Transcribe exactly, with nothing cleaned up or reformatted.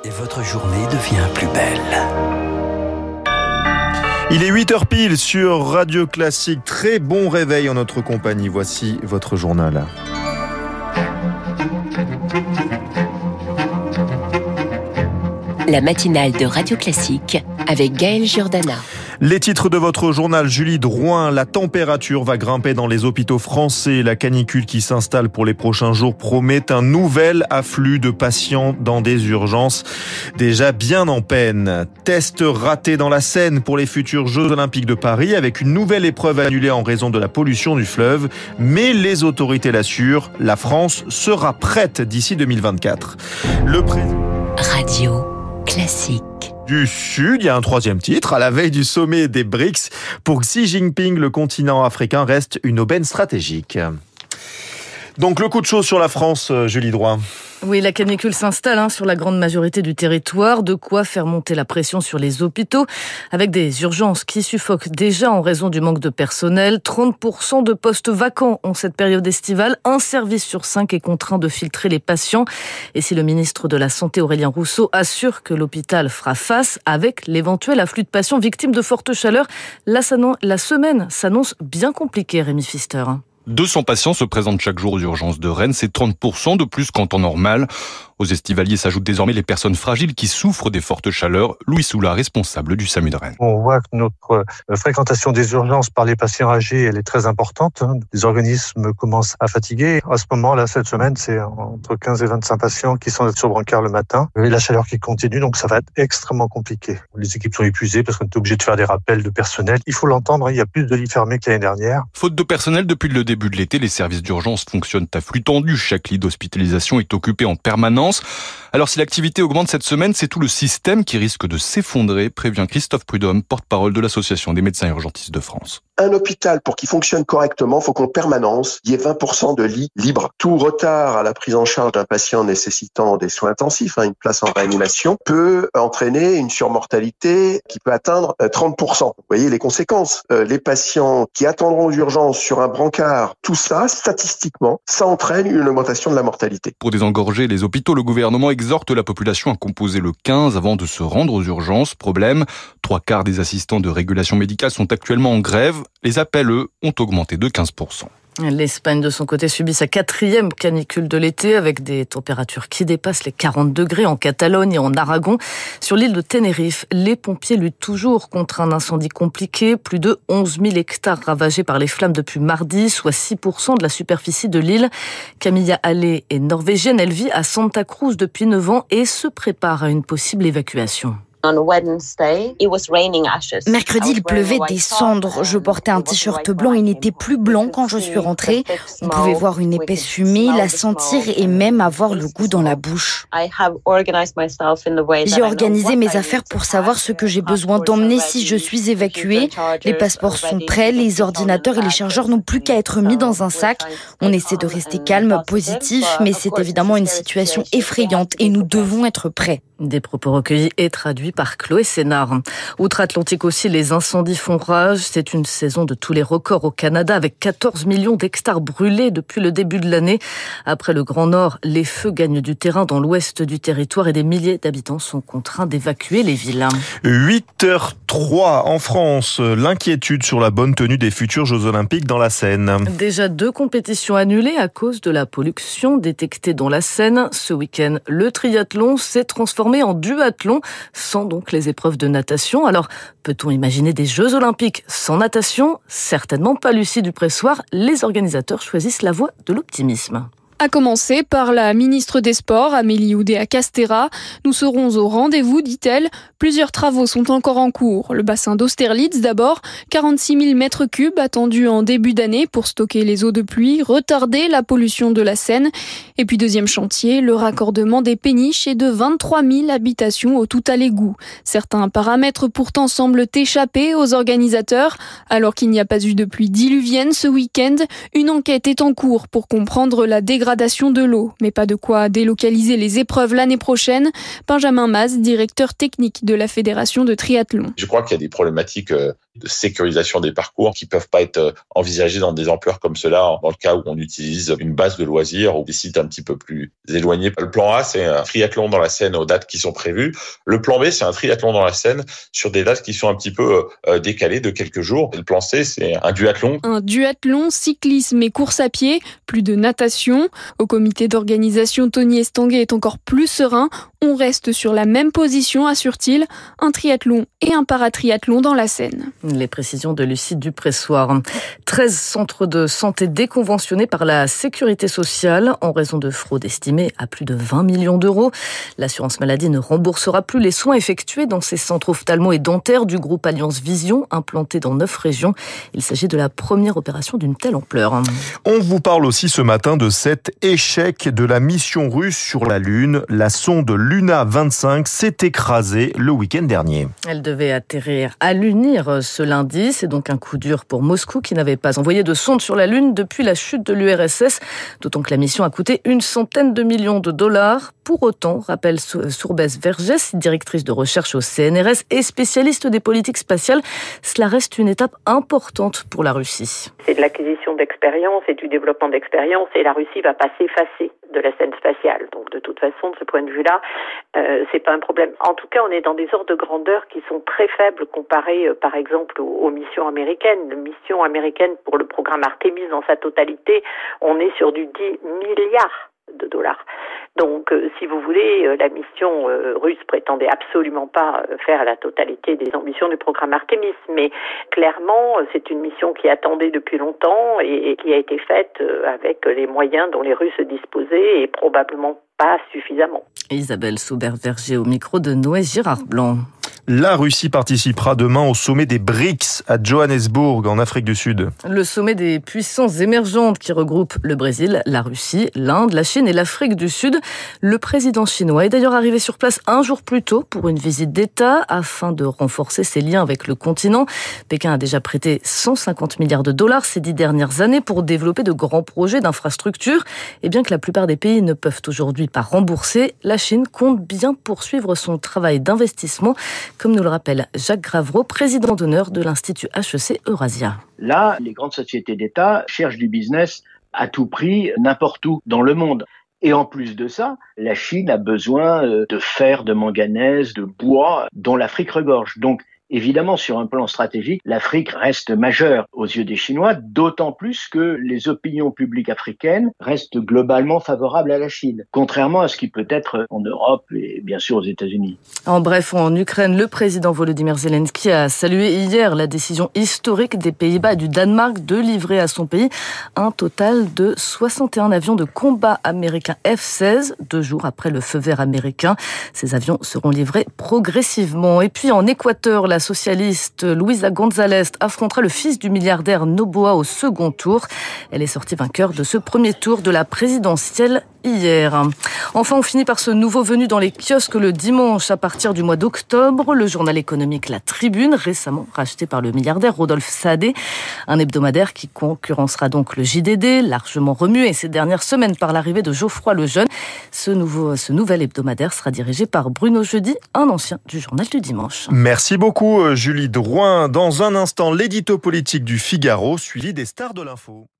Et votre journée devient plus belle. Il est huit heures pile sur Radio Classique. Très bon réveil en notre compagnie. Voici votre journal. La matinale de Radio Classique avec Gaël Giordana. Les titres de votre journal, Julie Drouin. La température va grimper dans les hôpitaux français. La canicule qui s'installe pour les prochains jours promet un nouvel afflux de patients dans des urgences déjà bien en peine. Test raté dans la Seine pour les futurs Jeux Olympiques de Paris avec une nouvelle épreuve annulée en raison de la pollution du fleuve. Mais les autorités l'assurent, la France sera prête d'ici deux mille vingt-quatre. Le président... Radio Classique. Du Sud, il y a un troisième titre. À la veille du sommet des B R I C S, pour Xi Jinping, le continent africain reste une aubaine stratégique. Donc le coup de chaud sur la France, Julie Drouin. Oui, la canicule s'installe hein, sur la grande majorité du territoire, de quoi faire monter la pression sur les hôpitaux, avec des urgences qui suffoquent déjà en raison du manque de personnel. trente pour cent de postes vacants en cette période estivale. Un service sur cinq est contraint de filtrer les patients. Et si le ministre de la Santé, Aurélien Rousseau, assure que l'hôpital fera face avec l'éventuel afflux de patients victimes de forte chaleur, la, la semaine s'annonce bien compliquée, Rémi Pfister. deux cents patients se présentent chaque jour aux urgences de Rennes, c'est trente pour cent de plus qu'en temps normal. Aux estivaliers s'ajoutent désormais les personnes fragiles qui souffrent des fortes chaleurs. Louis Soula, responsable du SAMU de Rennes. On voit que notre fréquentation des urgences par les patients âgés, elle est très importante. Les organismes commencent à fatiguer. À ce moment-là, cette semaine, c'est entre quinze et vingt-cinq patients qui sont sur brancard le matin. Et la chaleur qui continue, donc ça va être extrêmement compliqué. Les équipes sont épuisées parce qu'on est obligé de faire des rappels de personnel. Il faut l'entendre, il y a plus de lits fermés que l'année dernière. Faute de personnel, depuis le début de l'été, les services d'urgence fonctionnent à flux tendu. Chaque lit d'hospitalisation est occupé en permanence. Alors si l'activité augmente cette semaine, c'est tout le système qui risque de s'effondrer, prévient Christophe Prudhomme, porte-parole de l'Association des médecins urgentistes de France. Un hôpital, pour qu'il fonctionne correctement, faut qu'en permanence, il y ait vingt pour cent de lits libres. Tout retard à la prise en charge d'un patient nécessitant des soins intensifs, hein, une place en réanimation, peut entraîner une surmortalité qui peut atteindre trente pour cent. Vous voyez les conséquences. Euh, les patients qui attendront aux urgences sur un brancard, tout ça, statistiquement, ça entraîne une augmentation de la mortalité. Pour désengorger les hôpitaux, le gouvernement exhorte la population à composer le quinze avant de se rendre aux urgences. Problème, trois quarts des assistants de régulation médicale sont actuellement en grève. Les appels, eux, ont augmenté de quinze pour cent. L'Espagne, de son côté, subit sa quatrième canicule de l'été avec des températures qui dépassent les quarante degrés en Catalogne et en Aragon. Sur l'île de Tenerife, les pompiers luttent toujours contre un incendie compliqué. Plus de onze mille hectares ravagés par les flammes depuis mardi, soit six pour cent de la superficie de l'île. Camilla Allé est norvégienne. Elle vit à Santa Cruz depuis neuf ans et se prépare à une possible évacuation. Mercredi, il pleuvait des cendres. Je portais un t-shirt blanc et n'était plus blanc quand je suis rentrée. On pouvait voir une épaisse fumée, la sentir et même avoir le goût dans la bouche. J'ai organisé mes affaires pour savoir ce que j'ai besoin d'emmener si je suis évacuée. Les passeports sont prêts, les ordinateurs et les chargeurs n'ont plus qu'à être mis dans un sac. On essaie de rester calme, positif, mais c'est évidemment une situation effrayante et nous devons être prêts. Des propos recueillis et traduits par Chloé Sénard. Outre-Atlantique aussi, les incendies font rage. C'est une saison de tous les records au Canada avec quatorze millions d'hectares brûlés depuis le début de l'année. Après le Grand Nord, les feux gagnent du terrain dans l'ouest du territoire et des milliers d'habitants sont contraints d'évacuer les villes. huit heures trois en France. L'inquiétude sur la bonne tenue des futurs Jeux Olympiques dans la Seine. Déjà deux compétitions annulées à cause de la pollution détectée dans la Seine. Ce week-end, le triathlon s'est transformé en duathlon, sans donc les épreuves de natation. Alors, peut-on imaginer des Jeux Olympiques sans natation ? Certainement pas, Lucie Dupressoir. Les organisateurs choisissent la voie de l'optimisme. À commencer par la ministre des Sports, Amélie Oudéa-Castéra. Nous serons au rendez-vous, dit-elle. Plusieurs travaux sont encore en cours. Le bassin d'Austerlitz d'abord, quarante-six mille mètres cubes attendus en début d'année pour stocker les eaux de pluie, retarder la pollution de la Seine. Et puis deuxième chantier, le raccordement des péniches et de vingt-trois mille habitations au tout à l'égout. Certains paramètres pourtant semblent échapper aux organisateurs. Alors qu'il n'y a pas eu de pluie diluvienne ce week-end, une enquête est en cours pour comprendre la dégradation de l'eau, mais pas de quoi délocaliser les épreuves l'année prochaine. Benjamin Maz, directeur technique de la Fédération de triathlon. Je crois qu'il y a des problématiques de sécurisation des parcours qui peuvent pas être envisagés dans des ampleurs comme cela, dans le cas où on utilise une base de loisirs ou des sites un petit peu plus éloignés. Le plan A, c'est un triathlon dans la Seine aux dates qui sont prévues. Le plan B, c'est un triathlon dans la Seine sur des dates qui sont un petit peu euh, décalées de quelques jours. Et le plan C, c'est un duathlon. Un duathlon, cyclisme et course à pied, plus de natation. Au comité d'organisation, Tony Estanguet est encore plus serein. On reste sur la même position, assure-t-il, un triathlon et un paratriathlon dans la Seine. Les précisions de Lucie Dupressoir. treize centres de santé déconventionnés par la Sécurité sociale en raison de fraude estimée à plus de vingt millions d'euros. L'assurance maladie ne remboursera plus les soins effectués dans ces centres ophtalmo et dentaires du groupe Alliance Vision, implantés dans neuf régions. Il s'agit de la première opération d'une telle ampleur. On vous parle aussi ce matin de cet échec de la mission russe sur la Lune. La sonde Luna vingt-cinq s'est écrasée le week-end dernier. Elle devait atterrir à l'Unir ce lundi. C'est donc un coup dur pour Moscou qui n'avait pas envoyé de sonde sur la Lune depuis la chute de l'U R S S. D'autant que la mission a coûté une centaine de millions de dollars. Pour autant, rappelle Sourbès Vergès, directrice de recherche au C N R S et spécialiste des politiques spatiales, cela reste une étape importante pour la Russie. C'est de l'acquisition d'expérience et du développement d'expérience et la Russie va pas s'effacer de la scène spatiale. Donc de toute façon, de ce point de vue-là, euh, c'est pas un problème. En tout cas, on est dans des ordres de grandeur qui sont très faibles comparés, euh, par exemple, aux, aux missions américaines. La mission américaine pour le programme Artemis dans sa totalité, on est sur du dix milliards de dollars. Donc, euh, si vous voulez, euh, la mission euh, russe prétendait absolument pas euh, faire la totalité des ambitions du programme Artemis, mais clairement, euh, c'est une mission qui attendait depuis longtemps et, et qui a été faite euh, avec les moyens dont les Russes disposaient et probablement pas suffisamment. Isabelle Saubert-Verger au micro de Noé Girard-Blanc. La Russie participera demain au sommet des BRICS à Johannesburg, en Afrique du Sud. Le sommet des puissances émergentes qui regroupe le Brésil, la Russie, l'Inde, la Chine et l'Afrique du Sud. Le président chinois est d'ailleurs arrivé sur place un jour plus tôt pour une visite d'État afin de renforcer ses liens avec le continent. Pékin a déjà prêté cent cinquante milliards de dollars ces dix dernières années pour développer de grands projets d'infrastructures. Et bien que la plupart des pays ne peuvent aujourd'hui pas rembourser, la Chine compte bien poursuivre son travail d'investissement, comme nous le rappelle Jacques Gravreau, président d'honneur de l'Institut H E C Eurasia. Là, les grandes sociétés d'État cherchent du business à tout prix, n'importe où dans le monde. Et en plus de ça, la Chine a besoin de fer, de manganèse, de bois dont l'Afrique regorge. Donc, évidemment, sur un plan stratégique, l'Afrique reste majeure aux yeux des Chinois, d'autant plus que les opinions publiques africaines restent globalement favorables à la Chine, contrairement à ce qui peut être en Europe et bien sûr aux États-Unis. En bref, en Ukraine, le président Volodymyr Zelensky a salué hier la décision historique des Pays-Bas et du Danemark de livrer à son pays un total de soixante et un avions de combat américains F seize, deux jours après le feu vert américain. Ces avions seront livrés progressivement. Et puis en Équateur, la socialiste Luisa González affrontera le fils du milliardaire Noboa au second tour. Elle est sortie vainqueur de ce premier tour de la présidentielle hier. Enfin, on finit par ce nouveau venu dans les kiosques le dimanche à partir du mois d'octobre. Le journal économique La Tribune, récemment racheté par le milliardaire Rodolphe Saadé. Un hebdomadaire qui concurrencera donc le J D D, largement remué ces dernières semaines par l'arrivée de Geoffroy Lejeune. Ce, nouveau, ce nouvel hebdomadaire sera dirigé par Bruno Jeudi, un ancien du journal du dimanche. Merci beaucoup Julie Drouin. Dans un instant, l'édito politique du Figaro, suivi des stars de l'info.